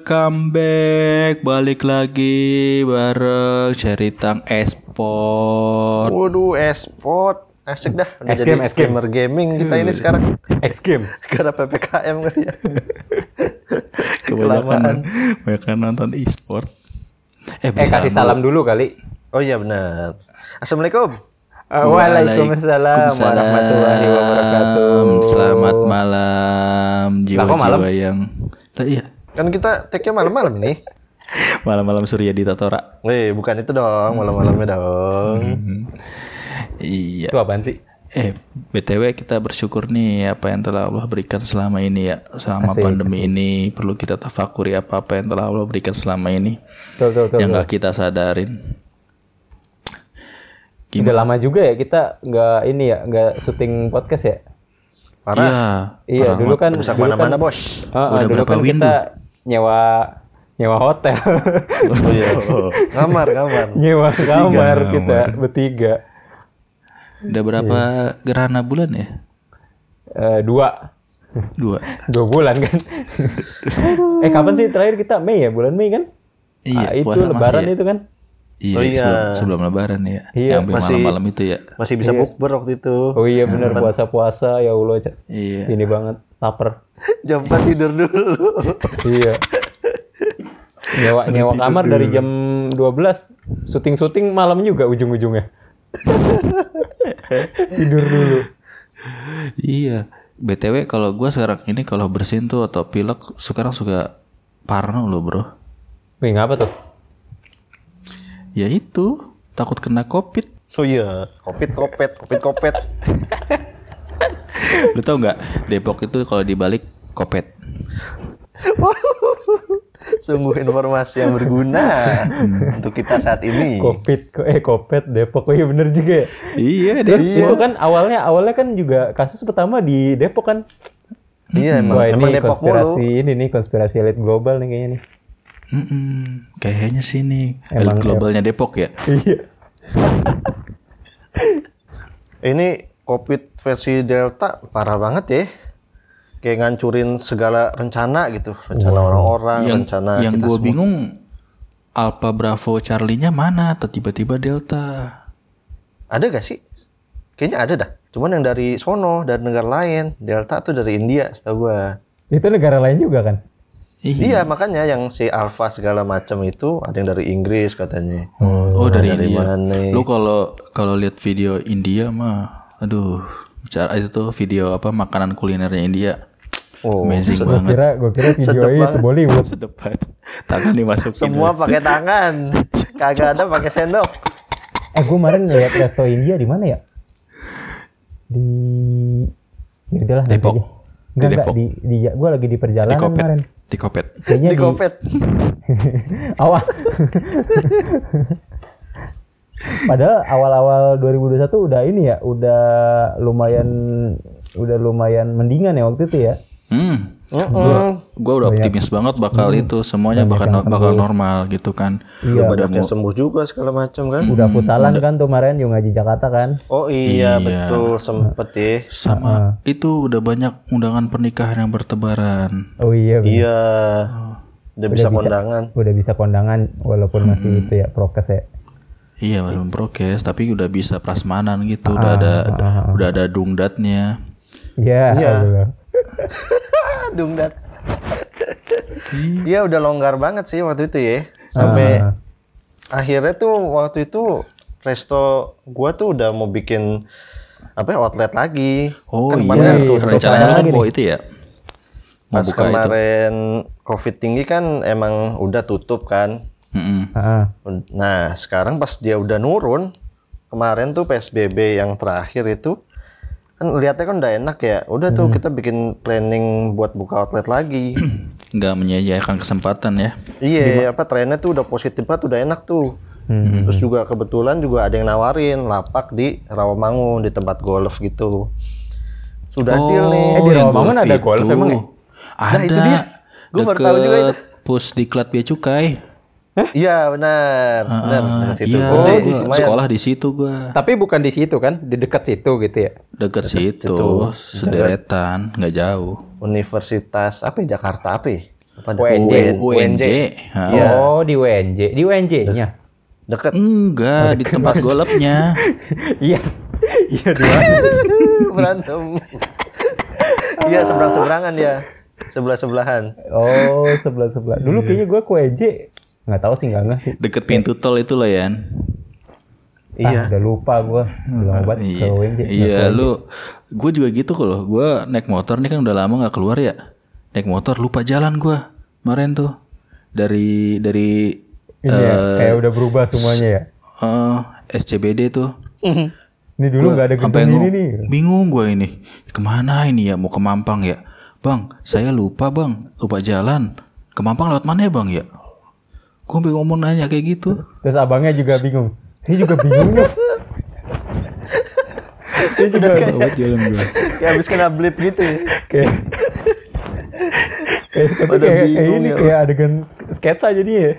welcome back. Balik lagi bareng Ceritang Esport. Waduh, esport. Asik dah. Udah jadi gamer gaming kita ini sekarang. X-Games. Karena PPKM kan ya. Kebanyakan nonton e-sport. Kasih salam dulu kali. Oh iya benar. Assalamualaikum. Waalaikumsalam warahmatullahi wabarakatuh. Selamat malam jiwa-jiwa yang iya. Kan kita take-nya malam-malam ini. Malam-malam Surya di Tatora. Bukan itu dong, malam-malamnya dong. Iya. Itu apaan sih? BTW kita bersyukur nih apa yang telah Allah berikan selama ini ya. Selama pandemi ini perlu kita tafakuri apa-apa yang telah Allah berikan selama ini. Betul. Yang gak kita sadarin. Udah lama juga ya kita nggak syuting podcast ya. Parah. Iya, dulu kan bisa kemana-mana bos. Udah dulu berapa kan window? kita nyewa hotel. Oh iya. Kamar. Nyewa kamar kita bertiga. Udah berapa gerhana bulan ya? 2 bulan kan. Kapan sih terakhir kita Mei ya? Bulan Mei kan? Iya, itu lebaran ya? itu kan? Iya, sebelum lebaran ya. Iya, yang malam-malam itu ya. Masih bisa bukber waktu itu. Oh iya benar, puasa-puasa ya Allah. Iya. Ini banget, lapar. Jam 4 tidur dulu. Iya. Nyewa kamar dari jam 12, syuting malam juga ujung-ujungnya. Tidur dulu. Iya. BTW kalau gue sekarang ini kalau bersin tuh atau pilek sekarang suka parno loh bro. Wih, ngapa tuh? Ya itu, takut kena COVID. Oh iya, kopet. Lu tau nggak Depok itu kalau dibalik kopet. Sungguh informasi yang berguna untuk kita saat ini. Kopet Depok. Oh iya bener juga ya. Iya, Terus itu kan awalnya kan juga kasus pertama di Depok kan. Iya, Wah, emang ini Depok konspirasi mulu. ini nih, konspirasi elit global nih kayaknya nih. Kayaknya sih nih elit globalnya Depok ya. Iya. Ini COVID versi Delta parah banget ya. Kayak ngancurin segala rencana gitu. Rencana orang-orang, rencana Yang kita gue semua. bingung Alpha Bravo Charlie-nya mana? Atau tiba-tiba Delta? Ada gak sih? Kayaknya ada dah. Cuman yang dari sono, dari negara lain. Delta tuh dari India setahu gue. Itu negara lain juga kan? Iya, makanya yang si Alpha segala macam itu ada yang dari Inggris katanya. Oh, dari India. mana? Lu kalau lihat video India mah, aduh, bicara itu tuh video apa makanan kulinernya India. Amazing banget. Gue kira video itu Bollywood. Sedep banget. Tangan dimasukin. Semua pakai tangan. Kagak ada pakai sendok. Gue kemarin lihat resto India di mana ya? Ya udahlah nanti Depok. aja. Enggak, gue lagi di perjalanan kemarin. Di Kopet. Kayaknya Di COVID. Awas. Padahal awal-awal 2021 udah ini ya, udah lumayan mendingan ya waktu itu ya. Gue udah optimis banget bakal itu semuanya bakal normal gitu kan. Iya. Banyak yang sembuh juga segala macam kan. Udah putalan kan tuh kemarin yang ngaji Jakarta kan. Oh iya, betul, sempet ya. Sama itu udah banyak undangan pernikahan yang bertebaran. Oh iya. Iya. Udah bisa kondangan. Udah bisa kondangan walaupun masih itu ya prokes ya. Iya, belum prokes tapi udah bisa prasmanan gitu, udah ada dungdatnya. Iya. Dungdat. Iya udah longgar banget sih waktu itu ya. Sampai akhirnya tuh waktu itu resto gua tuh udah mau bikin outlet lagi. Oh kan iya, tuh rencananya kan mau itu ya. Mau pas buka kemarin COVID tinggi kan emang udah tutup kan. Nah sekarang pas dia udah nurun, kemarin tuh PSBB yang terakhir itu kan lihatnya kan udah enak ya. Udah tuh kita bikin planning buat buka outlet lagi. Nggak menyia-nyiakan kesempatan ya. Iya, trennya tuh udah positif banget, udah enak tuh. Terus juga kebetulan juga ada yang nawarin lapak di Rawamangun di tempat golf gitu. Sudah deal nih. Di Rawamangun ada golf emang ya? Ada. Nah, itu dia. Gue baru tahu juga itu. Pus Diklat Bea Cukai. Iya benar. Situ. Iya, sekolah di situ gua. Tapi bukan di situ kan, di dekat situ gitu ya. Dekat situ, sederetan, nggak jauh. Universitas apa ya? Jakarta apa ya? UNJ. Oh, di UNJ. Di UNJ-nya. Deket. Enggak, di tempat golfnya. Iya. Iya, dua. Berantem. Iya, seberang-seberangan ya. Sebelah-sebelahan. Oh, sebelah-sebelah. Dulu kayaknya gue ke UNJ. Nggak tahu sih, nggak sih. Deket pintu tol itu loh, Yan. Iya. Udah lupa gue. Belum obat ke UNJ. Iya, gue juga gitu kok loh. Gue naik motor nih kan udah lama nggak keluar ya. Naik motor lupa jalan gue. Kemarin tuh dari kayak udah berubah semuanya ya. SCBD tuh. Ini dulu nggak ada gedung ini nih. Bingung gue ini. Kemana ini ya? Mau ke Mampang ya? Bang, saya lupa bang. Lupa jalan. Ke Mampang lewat mana ya bang ya? Gue bingung ngomong nanya kayak gitu. Terus abangnya juga bingung. Saya juga bingung nih. Saya juga kayak jalan gue. Kayak habis kena blip gitu ya. Kayak ini kayak adegan sketsa jadinya ya.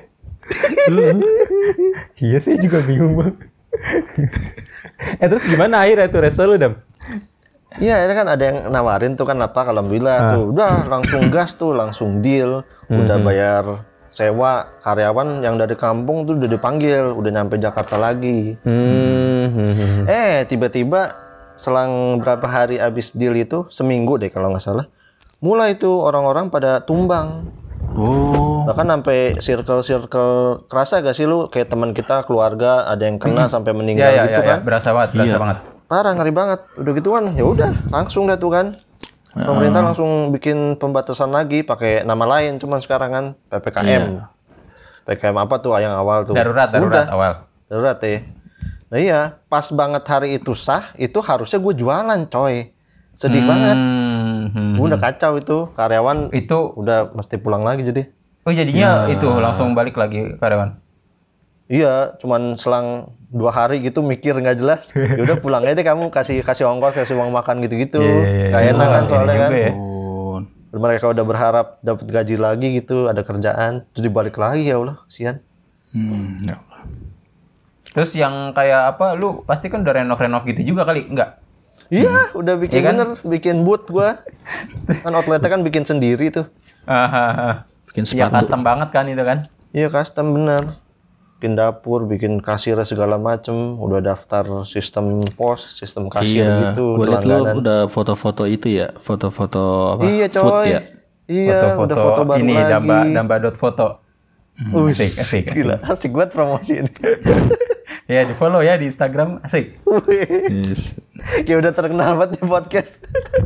Iya sih juga bingung bang. Terus gimana akhirnya tuh resto lu Dam? Iya, ini kan ada yang nawarin tuh kan apa, alhamdulillah tuh udah langsung gas tuh, langsung deal, udah bayar sewa karyawan yang dari kampung tuh udah dipanggil, udah nyampe Jakarta lagi. Tiba-tiba selang berapa hari abis deal itu, seminggu deh kalau nggak salah, mulai tuh orang-orang pada tumbang. Bahkan sampai circle kerasa gak sih lu kayak teman kita keluarga ada yang kena sampai meninggal gitu kan? Berasa banget. Parah, ngeri banget. Udah gituan, ya udah langsung dah tuh kan. Pemerintah langsung bikin pembatasan lagi pakai nama lain, cuman sekarang kan PPKM. PPKM apa tuh yang awal tuh? Darurat awal. Darurat ya. Nah iya, pas banget hari itu sah, itu harusnya gue jualan coy. Sedih banget. Gue udah kacau itu, karyawan itu udah mesti pulang lagi jadi. Oh jadinya itu langsung balik lagi karyawan? Iya, cuman selang 2 hari gitu mikir nggak jelas. Ya udah pulang aja deh kamu, kasih ongkos, kasih uang makan gitu-gitu. Gak enak kan soalnya kan. Ya. Mereka udah berharap dapat gaji lagi gitu, ada kerjaan, jadi balik lagi ya Allah, kasihan. Ya. Terus yang kayak apa, lu pasti kan udah renov gitu juga kali, enggak? Iya, udah bikin bikin booth gua. Kan outletnya kan bikin sendiri tuh. Bikin sepatu. Ya custom banget kan itu kan? Iya custom bener. Bikin dapur, bikin kasir segala macem. Udah daftar sistem pos, sistem kasir gitu. Gue liat lu udah foto-foto itu ya, foto-foto apa? Iya coy. Food ya? Iya, foto-foto udah foto baru ini, lagi. damba.foto. Asik. Gila, asik banget promosi ini. Ya di follow ya di Instagram, asik. Yes. Kayak udah terkenal banget di podcast.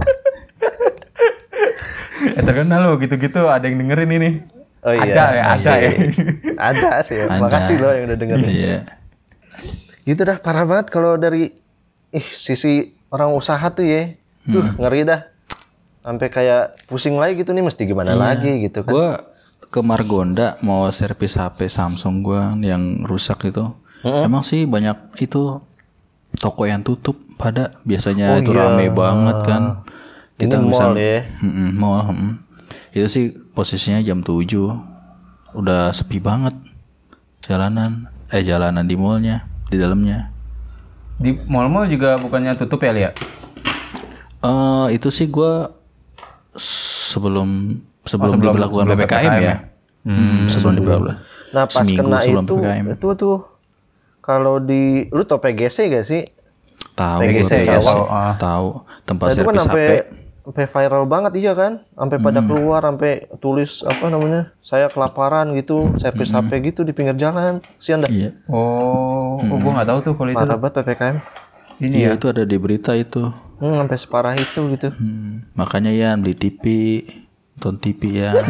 Terkenal lo gitu-gitu ada yang dengerin ini. Oh iya. Ada ya. Ada sih. Makasih lo yang udah dengerin. Iya. Gitu dah, parah banget kalau dari sisi orang usaha tuh ya. Ngeri dah. Sampai kayak pusing lagi gitu nih, mesti gimana lagi gitu kan. Gue ke Margonda mau servis HP Samsung gue yang rusak itu. Emang sih banyak itu toko yang tutup pada biasanya itu rame banget kan. Kita ini bisa mall ya. Mall. Itu sih posisinya jam 7. Udah sepi banget. Jalanan di mallnya, di dalamnya. Di mall-mall juga bukannya tutup ya, Lia? Itu sih gue sebelum diberlakukan PPKM ya. Sebelum diberlakukan. Nah, pas seminggu kena sebelum PPKM. itu tuh kalau di lu tau PGC gak sih? Tahu, PGC tahu tempat nah, itu kan servis HP. Sampai viral banget iya kan? Sampai pada keluar, sampai tulis apa namanya? Saya kelaparan gitu, servis HP gitu di pinggir jalan. Kasian dah. Iya. Gua nggak tahu tuh kalau itu. Parah banget PPKM. Iya, itu ada di berita itu. Sampai separah itu gitu. Makanya ya beli TV, nonton TV ya.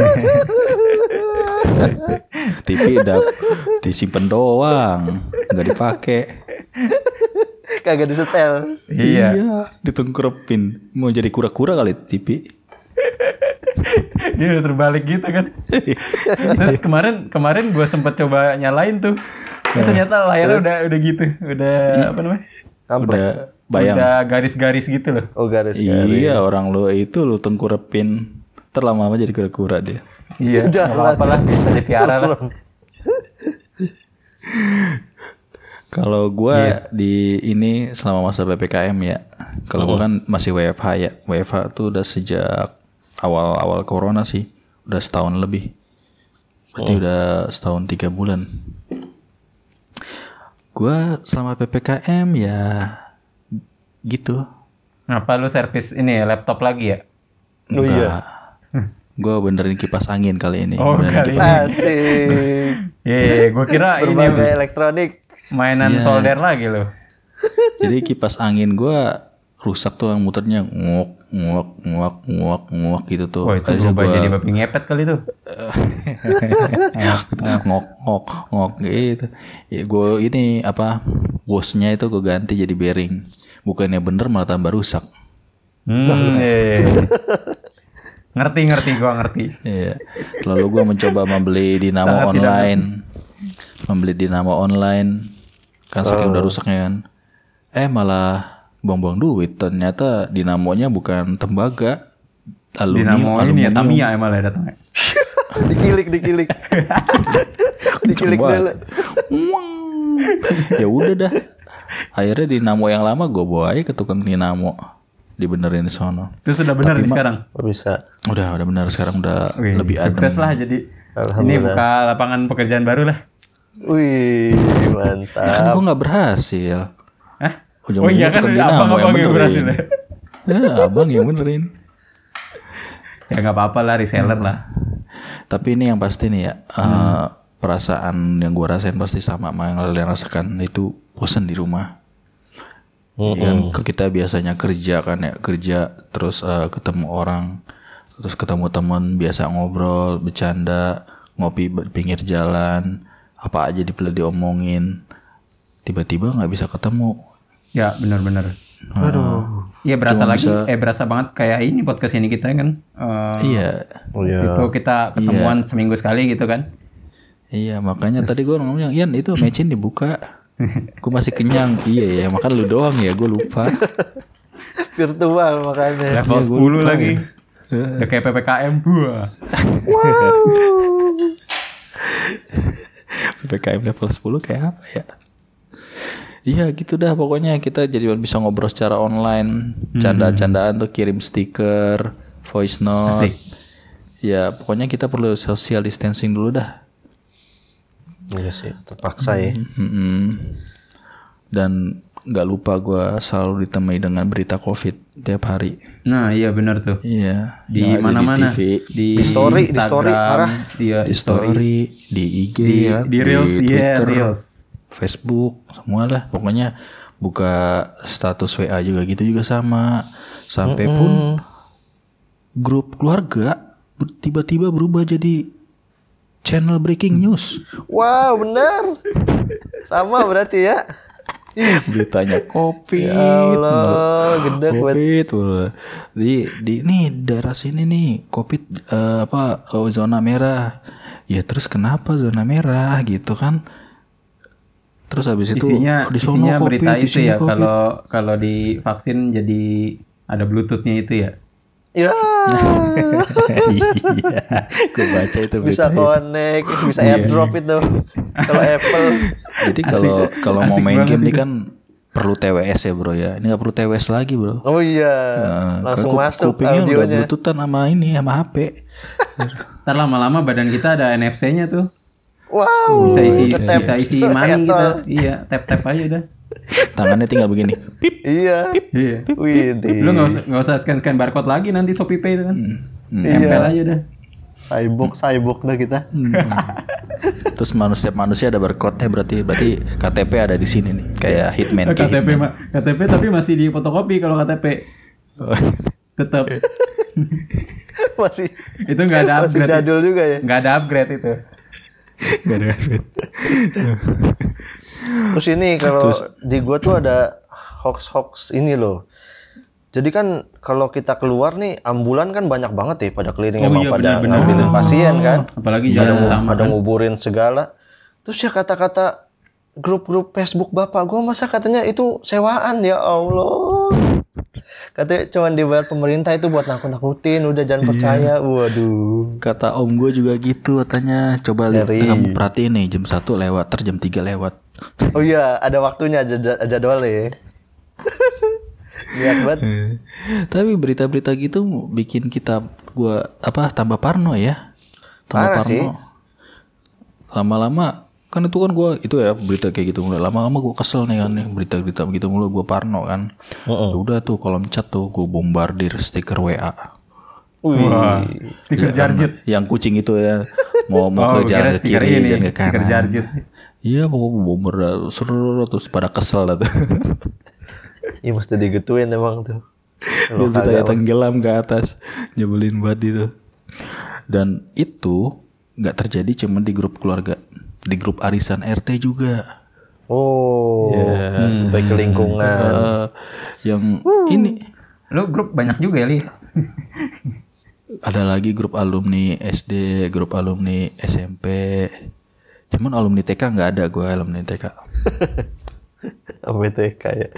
TV udah disimpan doang, nggak dipakai. Kagak disetel. Iya. Ditengkerepin. Mau jadi kura-kura kali TV. Dia udah terbalik gitu kan. Terus kemarin gue sempat coba nyalain tuh. Ternyata layarnya udah gitu. Udah apa namanya? Udah bayang. Udah garis-garis gitu loh. Oh garis-garis. Iya, orang lu itu lu tengkurepin. Terlama jadi kura-kura dia. Iya. Jangan apa-apa lah, bisa dipiara lah. Kalau gue di ini selama masa PPKM ya, kalau gue kan masih WFH ya. WFH tuh udah sejak awal-awal corona sih, udah setahun lebih. Berarti udah setahun 3 bulan. Gua selama PPKM ya gitu. Ngapa lu servis ini laptop lagi ya? Oh iya. Gue benerin kipas angin kali ini. Oh, benerin kali kipas ini. angin. Asik. Iya, gue kira Berbagai ini elektronik. mainan solder lagi loh. Jadi kipas angin gue rusak tuh, yang muternya nguak gitu tuh. Wah, itu berubah jadi babi ngepet kali tuh. ngok gitu. Ya, gue ini apa, bosnya itu gue ganti jadi bearing. Bukannya bener malah tambah rusak. Ngerti gue ngerti. Iya. Lalu gue mencoba membeli dinamo online. Membeli dinamo online. Kan saking udah rusaknya kan. Malah buang-buang duit. Ternyata dinamonya bukan tembaga. Dinamo ini ya Tamiya malah datangnya. dikilik dulu. Ya udah dah. Akhirnya dinamo yang lama gue bawa aja ke tukang dinamo, dibenerin di sono. Itu sudah benar nih sekarang. Bisa. Udah benar sekarang, udah lebih adem. Sukses lah jadi. Ini buka lapangan pekerjaan baru lah. Wih, mantap. Ya kan gue nggak berhasil. Hah? Ujung-ujungnya tukang dinamo yang benerin. Abang yang benerin. Ya nggak apa-apa lah, reseller lah. Tapi ini yang pasti nih ya, perasaan yang gue rasain pasti sama yang kalian rasakan, itu bosan di rumah. Kan kita biasanya kerja kan ya, kerja terus ketemu orang, terus ketemu teman, biasa ngobrol, bercanda, ngopi pinggir jalan, apa aja diomongin. Tiba-tiba nggak bisa ketemu. Ya benar-benar. Aduh. Iya berasa lagi, berasa banget kayak ini podcast ini kita kan. Iya. Itu kita ketemuan seminggu sekali gitu kan. Iya, makanya tadi gue ngomongnya, Yan itu mecin dibuka. Gue masih kenyang. Iya ya, makan lu doang ya, gue lupa. Virtual makanya. Level 10 lagi. Udah kayak PPKM. Wow. PPKM level 10 kayak apa ya? Iya gitu dah, pokoknya kita jadi bisa ngobrol secara online. Canda-candaan tuh, kirim stiker, voice note. Asik. Ya pokoknya kita perlu social distancing dulu dah. Iya sih, terpaksa ya. Dan nggak lupa gue selalu ditemani dengan berita COVID tiap hari. Nah iya benar tuh. Iya. Di mana-mana. Di story, Instagram, di story, di IG, di Reels, di Twitter, Reels. Facebook, semua lah. Pokoknya buka status WA juga gitu juga sama. Sampai pun grup keluarga tiba-tiba berubah jadi channel breaking news. Wow, benar. Sama berarti ya. Beritanya COVID. Ya Allah, gede COVID. Di nih daerah sini nih COVID zona merah. Ya terus kenapa zona merah gitu kan? Terus habis itu di sono isinya COVID, berita di itu sini ya, COVID. kalau di vaksin jadi ada Bluetooth-nya itu ya. Ya. Iya, gue baca itu Bisa connect, bisa airdrop itu. Kalau Apple. Jadi kalau mau main game nih kan perlu TWS ya bro ya. Ini nggak perlu TWS lagi bro. Oh iya. Langsung masuk kupingnya audionya. udah bluetoothan sama HP. Ntar lama-lama badan kita ada NFC-nya tuh. Wow. Bisa isi money kita. Iya, tap aja udah. Tangannya tinggal begini. Pip. Iya. Wih, Lu nggak usah scan barcode lagi nanti Shopee Pay itu kan. Tempel aja udah. Cyborg dah kita. Terus manusia ada barcode-nya, berarti KTP ada di sini nih, kayak Hitman. KTP tapi masih di fotokopi kalau KTP. Tetap. Masih. Itu nggak ada upgrade. Masih jadul juga ya. Nggak ada upgrade itu. Gak ada upgrade. Terus ini kalau di gua tuh ada hoax ini loh. Jadi kan kalau kita keluar nih, ambulan kan banyak banget ya pada keliling, emang pada ngambilin pasien kan. Apalagi pada nguburin segala. Terus ya kata-kata grup-grup Facebook bapak gua, masa katanya itu sewaan, ya Allah. Katanya cuma dibayar pemerintah itu buat nakut-nakutin, udah jangan percaya. Waduh. Kata om gue juga gitu katanya. Coba lihat, kamu perhatiin nih, jam 1 lewat, jam 3 lewat. Oh iya, ada waktunya, jadwalnya. Lihat banget. Tapi berita-berita gitu bikin kita tambah parno ya. Tambah parah parno. sih. lama-lama kan itu kan gue itu ya berita kayak gitu mulai lama-lama gue kesel nih kan nih berita-berita begitu mulu gue parno kan. Ya udah tuh kolom chat tuh gue bombardir stiker WA. Wah, stiker jarjit. Yang kucing itu ya mau ke jalan ke kiri dan ke kanan. Stiker jarjit. Iya pokoknya bombar seru terus pada kesel lah tuh. Iya mesti digituin emang tuh. Dia bertanya tenggelam ke atas nyebelin banget itu. Dan itu nggak terjadi cuma di grup keluarga. Di grup arisan RT juga. Oh, baik ke lingkungan. Yang ini. Lo grup banyak juga ya, Li? Ada lagi grup alumni SD, grup alumni SMP. Cuman alumni TK nggak ada gue alumni TK. Alumni TK ya.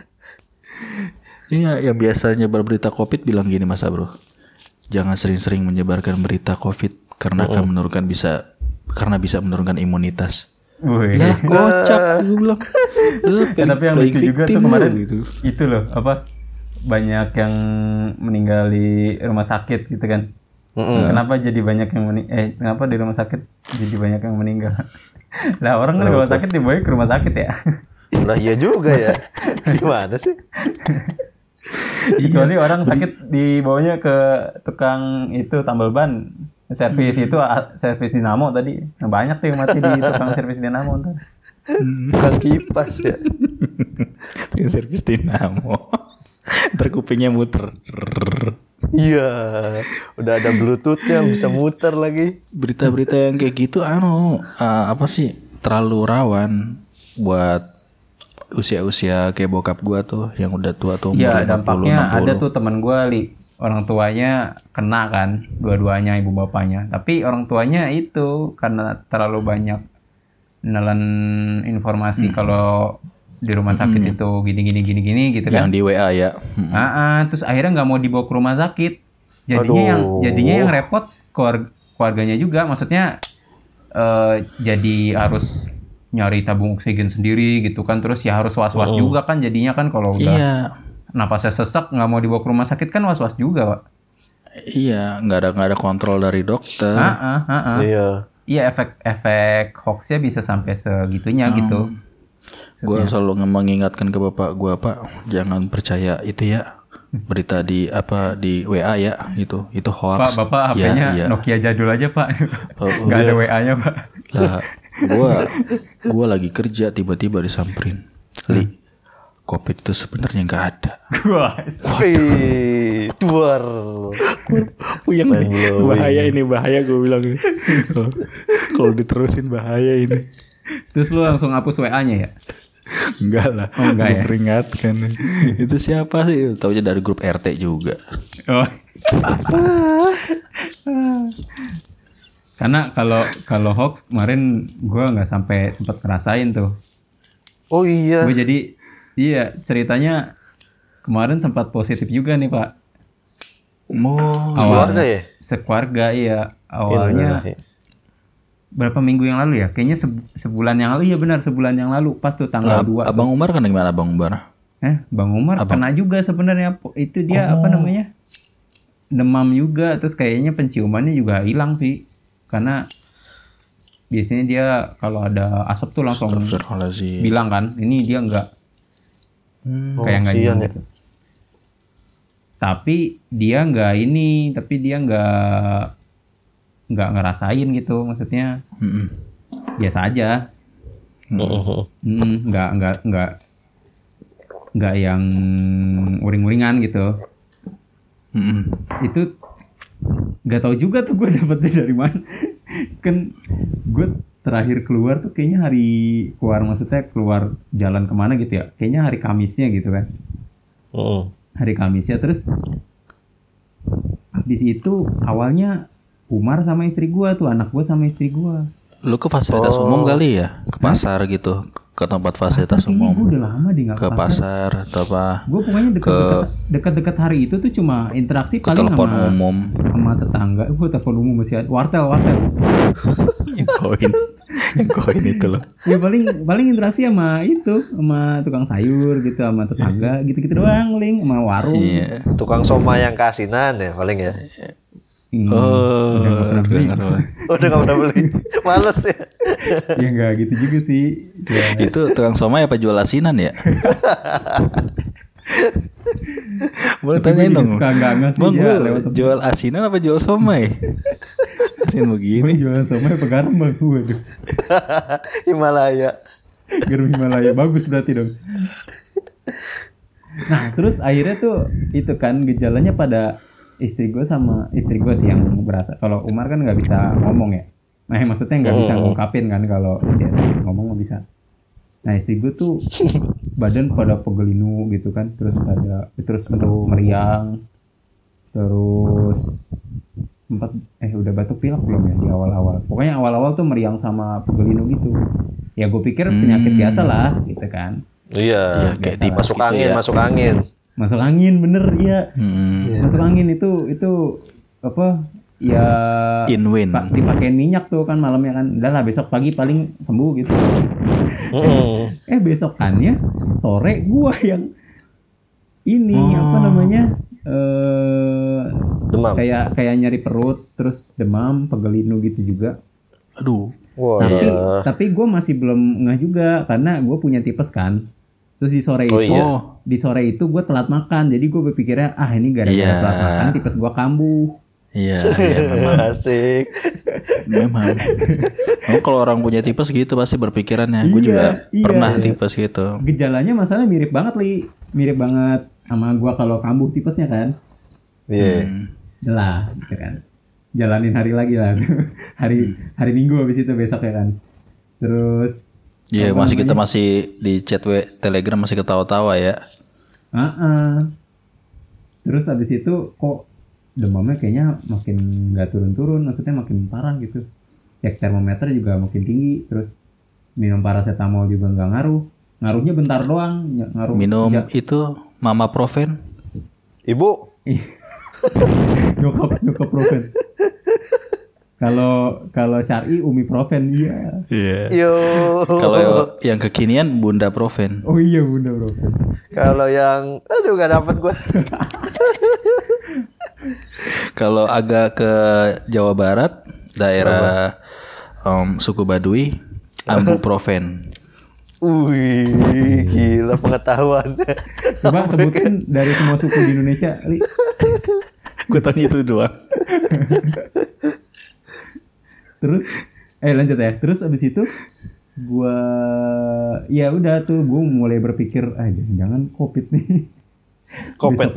Iya, yang biasanya berberita COVID bilang gini masa bro. Jangan sering-sering menyebarkan berita COVID karena akan menurunkan bisa menurunkan imunitas. Lah kocak gue bilang. Tapi yang lucu juga tuh kemarin gitu. Itu loh apa banyak yang meninggal di rumah sakit gitu kan. Kenapa jadi banyak yang kenapa di rumah sakit jadi banyak yang meninggal? Lah orang kan kalau sakit dibawa ke rumah sakit ya. Lah iya juga ya. Gimana sih? Kecuali orang sakit dibawanya ke tukang itu tambal ban. Servis itu servis dinamo tadi. Nah, banyak tuh yang mati di tukang servis dinamo tuh. Tukang kipas ya. Tukang servis dinamo. Ntar kupingnya muter. Iya. Udah ada Bluetooth-nya bisa muter lagi. Berita-berita yang kayak gitu apa sih terlalu rawan buat usia-usia kayak bokap gua tuh yang udah tua tuh umur 50, dampaknya 60. Ada tuh temen gua orang tuanya kena kan, dua-duanya ibu bapaknya. Tapi orang tuanya itu karena terlalu banyak nelan informasi kalau di rumah sakit itu gini gitu kan. Yang di WA ya. Terus akhirnya nggak mau dibawa ke rumah sakit. Jadinya yang repot keluarganya juga. Maksudnya jadi harus nyari tabung oksigen sendiri gitu kan. Terus ya harus was-was juga kan jadinya kan kalau udah napasnya sesak nggak mau dibawa ke rumah sakit kan was-was juga Pak. Iya nggak ada kontrol dari dokter. Iya efek hoaxnya bisa sampai segitunya gitu. Gue selalu mengingatkan ke bapak gue Pak jangan percaya itu ya berita di WA ya itu hoax. Pak bapak HP-nya Nokia jadul aja Pak. Nggak ada WA-nya Pak. Lah gue lagi kerja tiba-tiba disamperin. Li COVID itu sebenarnya nggak ada. Duar. Yang bahaya gue bilang. Kalau diterusin bahaya ini. Terus lu langsung hapus WA-nya ya? Enggak lah. Oh, enggak ya? Peringatkan. Itu siapa sih? Taunya dari grup RT juga. Oh. Karena kalau hoax kemarin gue nggak sampai sempat ngerasain tuh. Oh iya. Gue jadi ceritanya kemarin sempat positif juga nih Pak. Keluarga ya? Sekeluarga iya. Awalnya berapa minggu yang lalu ya? Kayaknya sebulan yang lalu ya benar sebulan yang lalu pas tuh tanggal 2. Abang Umar kan gimana Abang Umar? Bang Umar kena juga sebenarnya itu dia demam juga terus kayaknya penciumannya juga hilang sih. Karena biasanya dia kalau ada asap tuh langsung bilang kan, ini dia enggak kayak enggak gitu. Tapi dia enggak ngerasain gitu, maksudnya biasa aja. Enggak yang uring-uringan gitu. Itu nggak tahu juga tuh gue dapetnya dari mana. Kan gue terakhir keluar tuh kayaknya maksudnya keluar jalan kemana gitu ya, kayaknya hari Kamisnya gitu kan. Hari Kamisnya terus habis itu awalnya Umar sama istri gue tuh, anak gue sama istri gue. Lu ke fasilitas umum kali ya? Ke pasar gitu? Ke tempat fasilitas umum? Gue udah lama di ke pasar atau apa? Gue pokoknya dekat-dekat hari itu tuh cuma interaksi paling telepon umum sama tetangga. Gue telepon umum masih ada. Wartel. Yang koin itu loh. Ya paling interaksi sama tukang sayur gitu, sama tetangga gitu doang, sama warung. Tukang somai yang keasinan ya paling ya. Udah nggak pernah beli. Udah nggak pernah beli. Males ya. Ya nggak gitu juga sih. Ya. Itu tukang somai apa jual asinan ya? Boleh tanyain dong. Bang, gue jual asinan apa jual somai? Asin begini. Jual somai apa garam bang? Waduh. Himalaya. Garam Himalaya bagus berarti dong. Nah terus akhirnya tuh itu kan gejalanya pada istri gue sih yang berasa. Kalau Umar kan nggak bisa ngomong ya. Nah maksudnya nggak bisa ngungkapin kan kalau dia ngomong nggak bisa. Nah istri gue tuh badan pada pegelinu gitu kan, terus meriang, terus sempat udah batuk pilek belum ya di awal-awal. Pokoknya awal-awal tuh meriang sama pegelinu gitu. Ya gue pikir penyakit biasa lah gitu kan. Iya, kayak masuk angin, Masuk angin bener ya. Masuk angin itu apa? Ya in-win. Dipakein minyak tuh kan malamnya kan. Udah lah besok pagi paling sembuh gitu. Besokannya sore gua yang ini apa namanya? Demam. Kayak nyari perut, terus demam, pegelinu gitu juga. Aduh. Tapi gue masih belum ngeh juga karena gue punya tipes kan. Terus di sore itu gue telat makan, jadi gue berpikirnya ini gara-gara telat makan tipes gue kambuh. Iya memang. Asik. Memang. Kalau orang punya tipes gitu pasti berpikirannya. Gue juga pernah tipes gitu. Gejalanya masalahnya mirip banget sama gue kalau kambuh tipesnya kan. Iya. Lah, gitu kan. Jalanin hari lagi lah. hari Minggu habis itu besok ya kan. Terus iya, kita masih di chat Telegram masih ketawa-tawa ya. Terus habis itu kok demamnya kayaknya makin nggak turun-turun, maksudnya makin parah gitu. Cek termometer juga makin tinggi, terus minum paracetamol juga nggak ngaruh. Ngaruhnya bentar doang, ngaruh. Minum itu Mama Profen. Ibu. Nyokap Profen. Kalau syar'i Umi Profen iya. Yo. Kalau yang kekinian Bunda Profen. Oh iya Bunda Profen. Kalau yang nggak dapet gue. Kalau agak ke Jawa Barat, daerah suku Baduy, Ambu Profen. Wih, gila pengetahuan. Coba sebutin dari semua suku di Indonesia, Li. Gue tanya itu doang. Terus lanjut ya. Terus abis itu gue ya udah tuh gue mulai berpikir jangan COVID nih. COVID.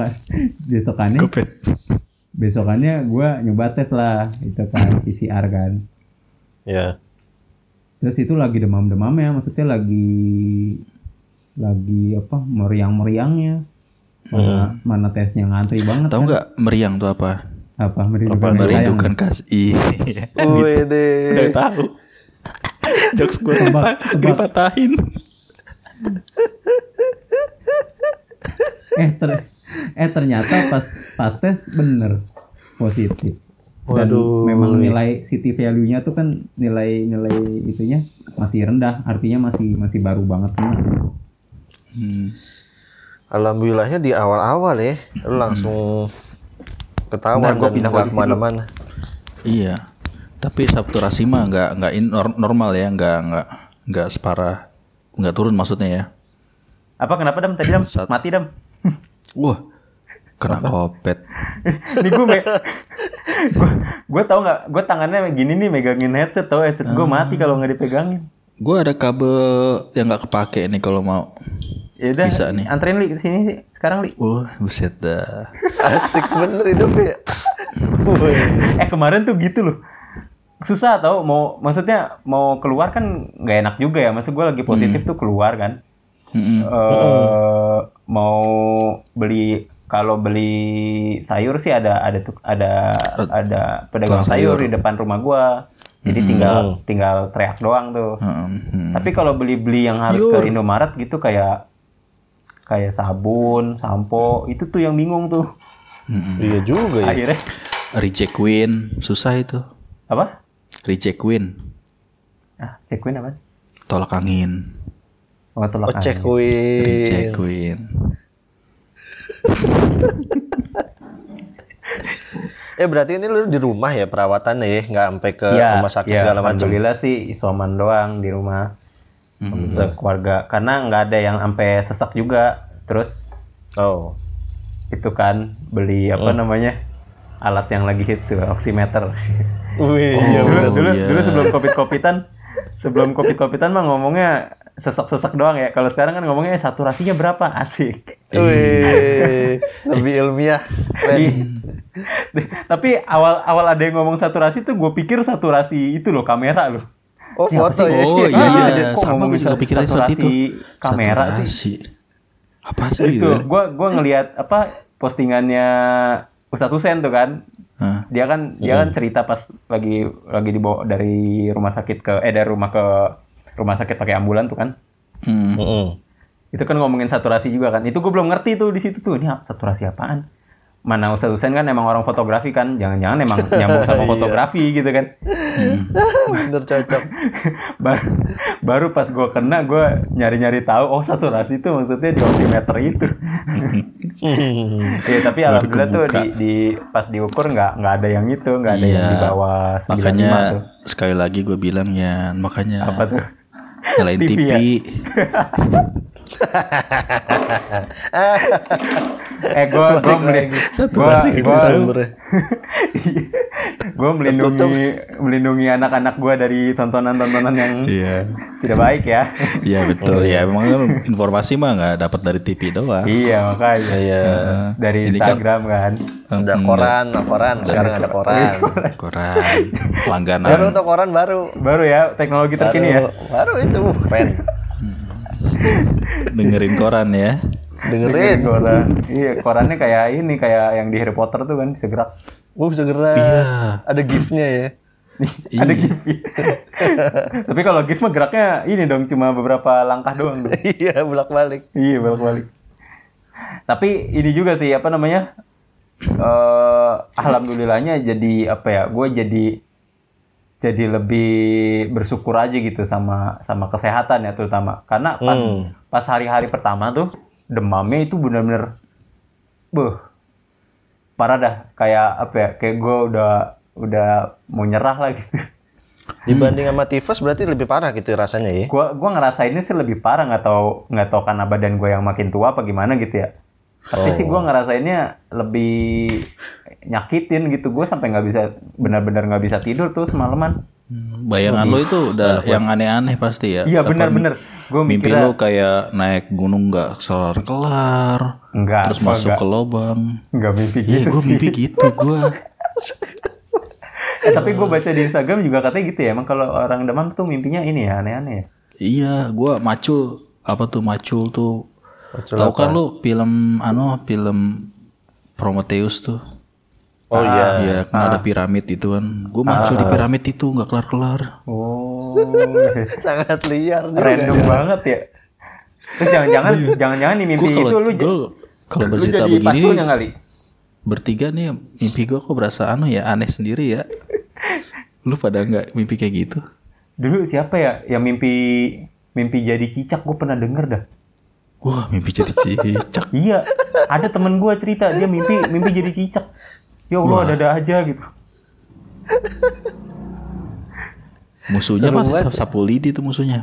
Besokannya gue nyoba tes lah itu kan PCR kan. Ya. Terus itu lagi demam-demamnya, maksudnya lagi apa meriang-meriangnya. Mana tesnya ngantri banget. Tahu nggak meriang tuh apa? Apa merindukan kasih. Wih deh. Udah tahu. Jokes gue dipatahin. Ternyata pas tes bener positif. Dan Waduh. memang nilai city value-nya tuh kan nilai itunya masih rendah, artinya masih baru banget kan. Alhamdulillahnya di awal-awal ya, lu langsung ketahuan dan nggak kemana-mana. Iya, tapi saturasi mah nggak normal ya, nggak separah, nggak turun maksudnya ya. Apa kenapa Dam tadi Dam? Mati Dam. Wah, kena kopet. Ini gue tau nggak? Gue tangannya gini nih megangin headset, gue mati kalau nggak dipegangin. Gue ada kabel yang nggak kepake nih kalau mau. Yaudah, bisa nih. Anterin Li ke sini sekarang Li. Buset dah. Asik bener hidup ya. Kemarin tuh gitu loh. Susah tau maksudnya mau keluar kan nggak enak juga ya. Maksud gue lagi positif tuh keluar kan. Mau kalau beli sayur sih ada pedagang sayur di depan rumah gue. Jadi tinggal teriak doang tuh. Tapi kalau beli yang harus ke Indomaret gitu kayak sabun, sampo, itu tuh yang bingung tuh. Iya juga ya. Akhirnya Reject Queen, susah itu. Apa? Reject Queen. Check Queen apa? Tolak angin. Tolak angin. Check Queen. Reject Queen. Berarti ini lu di rumah ya perawatannya ya, nggak sampai ke rumah sakit segala macam. Alhamdulillah sih isoman doang di rumah. Untuk keluarga, karena nggak ada yang sampai sesak juga. Terus itu kan beli apa namanya alat yang lagi hits oximeter. Dulu sebelum covid mah ngomongnya sesak doang ya. Kalau sekarang kan ngomongnya saturasinya berapa, asik. Lebih ilmiah. Tapi awal ada yang ngomong saturasi tuh gue pikir saturasi itu loh, kamera loh. Foto ya. Iya, sama gue juga pikirnya seperti itu. Kamera sih. Apa sih itu? Gue ngelihat postingannya Ustadz Husein tuh kan. Dia kan cerita pas lagi dibawa dari rumah sakit dari rumah ke rumah sakit pakai ambulan tuh kan. Itu kan ngomongin saturasi juga kan. Itu gue belum ngerti tuh di situ tuh. Ini saturasi apaan? Mana Ustadz Husein kan emang orang fotografi kan, jangan-jangan emang nyambung sama fotografi gitu kan. Bener cocok. Baru pas gue kena, gue nyari-nyari tahu, saturasi itu maksudnya di oximeter itu. Tapi alhamdulillah tuh di pas diukur nggak ada yang itu, nggak ada yang di bawah 95 makanya tuh. Sekali lagi gue bilang ya, makanya apa tuh? Nyalain TV. Gue melindungi anak-anak gue dari tontonan-tontonan yang tidak baik ya. Iya betul ya, memang kan informasi mah nggak dapat dari TV doang. Iya makanya. Dari Instagram kan. Ada koran. Sekarang ada koran. Langganan. Baru untuk koran baru ya, teknologi terkini ya. Baru itu keren. Dengerin koran ya. Dengerin koran. Iya, korannya kayak yang di Harry Potter tuh kan, bisa gerak. Bisa gerak. Iya. Ada GIF-nya ya. Ada GIF. Tapi kalau GIF mah geraknya ini dong, cuma beberapa langkah doang. Iya, bolak-balik. Tapi ini juga sih alhamdulillahnya jadi gue jadi lebih bersyukur aja gitu sama kesehatan ya, terutama karena pas hari-hari pertama tuh demamnya itu benar-benar parah dah, kayak gue udah mau nyerah lah gitu. Dibanding sama tifus berarti lebih parah gitu rasanya ya. Gua ngerasainnya sih lebih parah, nggak tahu karena badan gue yang makin tua apa gimana gitu ya. Tapi sih gue ngerasainnya lebih nyakitin gitu. Gue sampai benar-benar nggak bisa tidur tuh semalaman. Bayangan lo itu udah yang aneh-aneh pasti ya. Iya benar-benar. Gue mimpi lo kayak naik gunung nggak kelar. Enggak. Terus masuk ke lubang. Enggak mimpi gitu. Gue mimpi gitu gue. Tapi gue baca di Instagram juga katanya gitu ya. Emang kalau orang demam tuh mimpinya ini ya, aneh-aneh ya. Iya, gue macul. Apa tuh macul tuh? Tahu kan lu film Prometheus tuh? Oh iya. Iya, kan ada piramid itu kan. Gue macul di piramid itu nggak kelar-kelar. Oh. Sangat liar. Random banget ya. Terus jangan-jangan nih mimpi itu lu kalau bercerita begini kali. Bertiga nih mimpi gue kok berasa aneh sendiri ya. Lu pada nggak mimpi kayak gitu? Dulu siapa ya yang mimpi jadi cicak? Gue pernah denger dah. Wah, mimpi jadi cicak. Iya, ada temen gue cerita dia mimpi jadi cicak. Ya Allah, ada aja gitu. Musuhnya masih sapu lidi tuh musuhnya.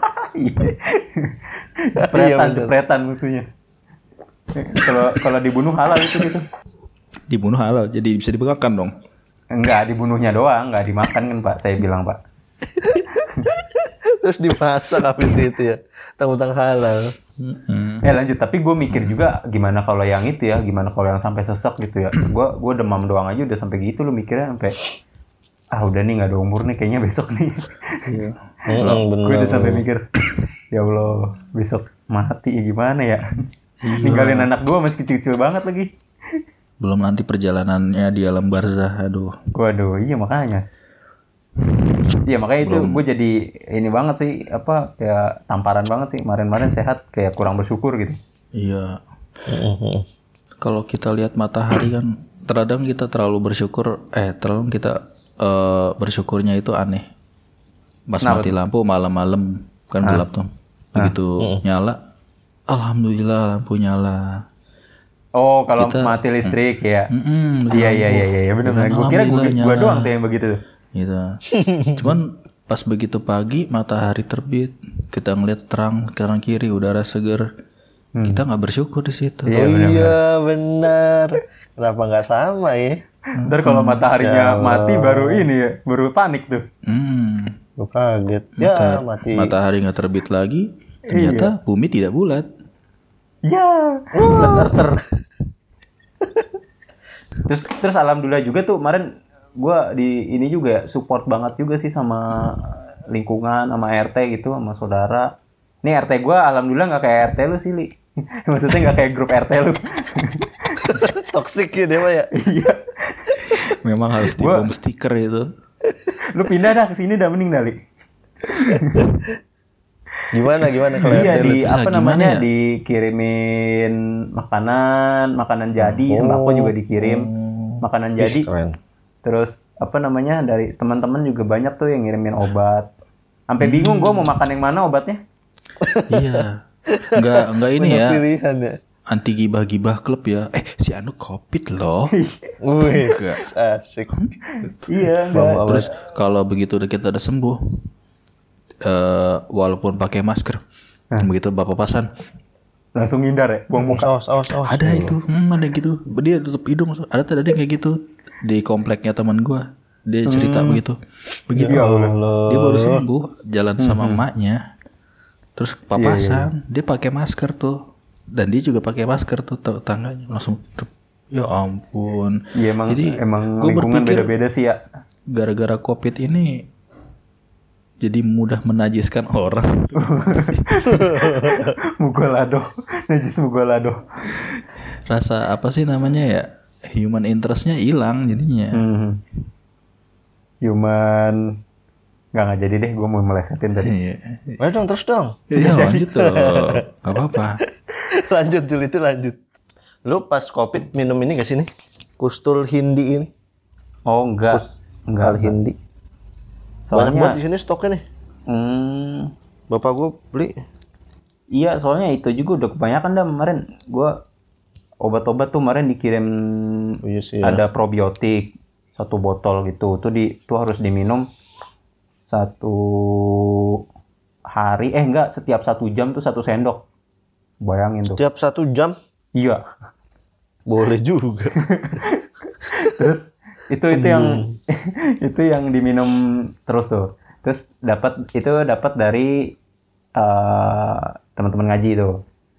Depretan musuhnya. Kalau dibunuh halal itu gitu. Dibunuh halal, jadi bisa dimakan dong. Enggak, dibunuhnya doang, enggak dimakan kan Pak. Saya bilang Pak. Terus dimasak habis itu ya. Tentang halal. Lanjut, tapi gue mikir juga gimana kalau yang itu ya, gimana kalau yang sampai sesek gitu ya. Gue demam doang aja udah sampai gitu, lu mikirnya sampai udah nih nggak ada umur nih kayaknya besok nih. Gue udah sampai mikir ya Allah besok mati ya gimana ya. Ninggalin anak gue masih kecil-kecil banget lagi. Belum nanti perjalanannya di alam barzah, Waduh, iya makanya. Iya makanya itu gue jadi ini banget sih, kayak tamparan banget sih, kemarin sehat kayak kurang bersyukur gitu. Iya. Kalau kita lihat matahari kan terkadang kita terlalu kita bersyukurnya itu aneh. Pas mati lampu malam-malam kan gelap tuh. Begitu nyala, alhamdulillah lampu nyala. Oh, kalau mati listrik ya. Iya benar. Gue kira gue doang tuh yang begitu. Gitu. Cuman pas begitu pagi matahari terbit, kita ngeliat terang kanan kiri, udara seger. Kita nggak bersyukur di situ. Iya benar. Kenapa nggak sama ya? Ntar kalau mataharinya mati baru ini ya, baru panik tuh. Gue kaget. Ya mati. Matahari nggak terbit lagi, ternyata bumi tidak bulat. Ya, terus alhamdulillah juga tuh kemarin gue di ini juga support banget juga sih sama lingkungan, sama RT gitu, sama saudara. Nih RT gue alhamdulillah nggak kayak RT lu sih, Li. Maksudnya nggak kayak grup RT lu. Toksik ya dia mah ya. Iya. Memang harus dibom stiker itu. Lu pindah dah ke sini dah mending Dali. Gimana kalau iya di apa namanya ya? Dikirimin makanan jadi, sembako juga dikirim makanan jadi. Keren. Terus apa namanya dari teman-teman juga banyak tuh yang ngirimin obat. Sampai bingung gue mau makan yang mana obatnya. Iya. Enggak ini ya. Pilihan ya. Anti gibah-gibah klub ya. Si Anu COVID loh. Wih, asik. Iya, enggak. Terus kalau begitu kita udah sembuh, walaupun pakai masker, begitu bapak pasan langsung ngindar ya, buang muka. Awas. Ada itu, ada gitu. Dia tutup hidung. Ada yang kayak gitu di kompleknya teman gua. Dia cerita begitu. Ya dia baru sembuh, jalan sama emaknya. Terus papasan, dia pakai masker tuh. Dan dia juga pakai masker tuh, tetangganya langsung. Ya ampun. Iya emang gue berpikir beda-beda sih ya. Gara-gara COVID ini jadi mudah menajiskan orang. Mugolado. Najis mugolado. Rasa apa sih namanya ya? Human interest-nya hilang jadinya. Human Nggak jadi deh, gue mau melesetin tadi. Ayo dong, terus dong. Iya lanjut dong. Gak apa-apa. Lanjut Jul, itu lanjut. Lu pas COVID minum ini gak sih nih? Kustul Hindi ini? Oh enggak. Enggak Hindi. Soalnya, banyak buat di sini stoknya nih. Bapak gue beli. Iya, soalnya itu juga udah kebanyakan dah kemarin. Gue obat-obat tuh kemarin dikirim. Ada probiotik 1 botol gitu. Tuh harus diminum 1 hari. Setiap 1 jam tuh 1 sendok. Bayangin tuh. Setiap 1 jam? Iya. Boleh juga. Terus itu yang diminum terus tuh. Terus dapat dari teman-teman ngaji tuh.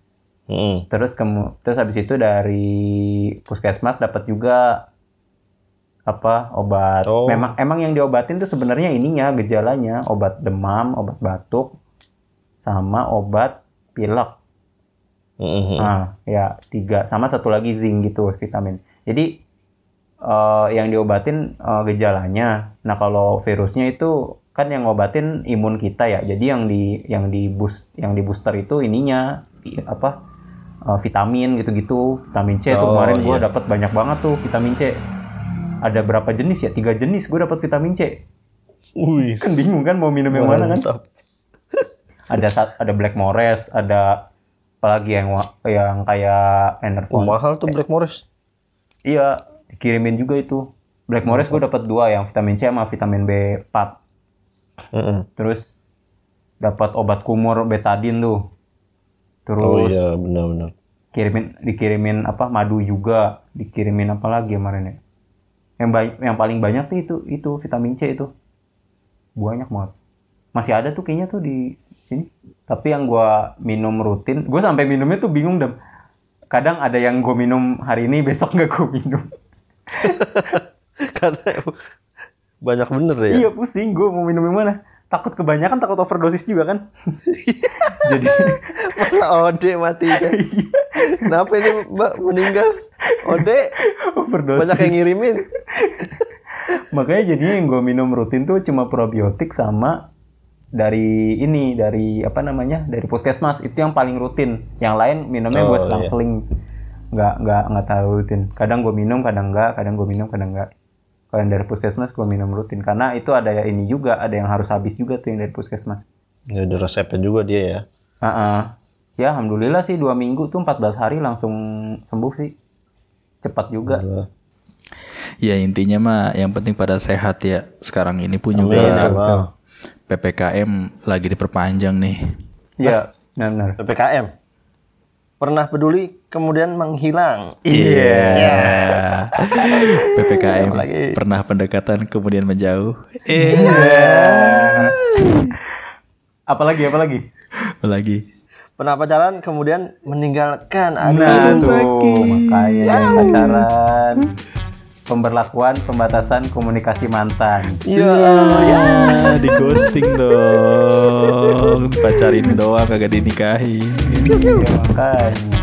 Terus habis itu dari puskesmas dapat juga obat. Emang yang diobatin tuh sebenarnya ininya gejalanya, obat demam, obat batuk, sama obat pilek. Ya 3 sama 1 lagi zinc gitu, vitamin. Jadi yang diobatin gejalanya. Nah kalau virusnya itu kan yang ngobatin imun kita ya. Jadi yang di booster itu ininya vitamin gitu-gitu, vitamin C tuh kemarin gue dapat banyak banget tuh vitamin C. Ada berapa jenis ya? 3 jenis gue dapat vitamin C. Kan bingung kan mau minum yang mana kan? Ada Blackmores, ada apalagi yang kayak Enervon. Mahal tuh Blackmores. Iya, dikirimin juga itu. Blackmores gue dapat 2, yang vitamin C sama vitamin B4. Terus dapat obat kumur betadin tuh. Terus benar. Dikirimin madu juga, dikirimin apa lagi kemarin ya? Yang paling banyak tuh itu vitamin C itu. Banyak banget. Masih ada tuh kayaknya tuh di sini. Tapi yang gue minum rutin, gue sampai minumnya tuh bingung deh. Kadang ada yang gue minum hari ini, besok nggak gue minum. Karena banyak bener ya. Iya pusing, gue mau minum yang mana. Takut kebanyakan, takut overdosis juga kan. Jadi malah Ode mati kan. Kenapa ini Mbak meninggal? Ode overdosis. Banyak yang ngirimin. Makanya jadinya yang gue minum rutin tuh cuma probiotik sama dari puskesmas. Itu yang paling rutin. Yang lain minumnya buat selang-seling. Nggak tahu rutin. Kadang gue minum, kadang enggak. Kadang gue minum, kadang enggak. Kalau yang dari puskesmas gue minum rutin. Karena itu ada ini juga. Ada yang harus habis juga tuh yang dari puskesmas. Ya ada resepnya juga dia ya. Ya alhamdulillah sih 2 minggu tuh 14 hari langsung sembuh sih. cepat juga. Ya intinya mah yang penting pada sehat ya. Sekarang ini pun juga PPKM lagi diperpanjang nih. Iya, benar. PPKM. Pernah peduli kemudian menghilang. Iya. PPKM pernah pendekatan kemudian menjauh. Apalagi? Pernah pacaran kemudian meninggalkan. Makanya pacaran. Pemberlakuan pembatasan komunikasi mantan. Iya, di ghosting dong. Pacarin doang kagak dinikahi. Makanya.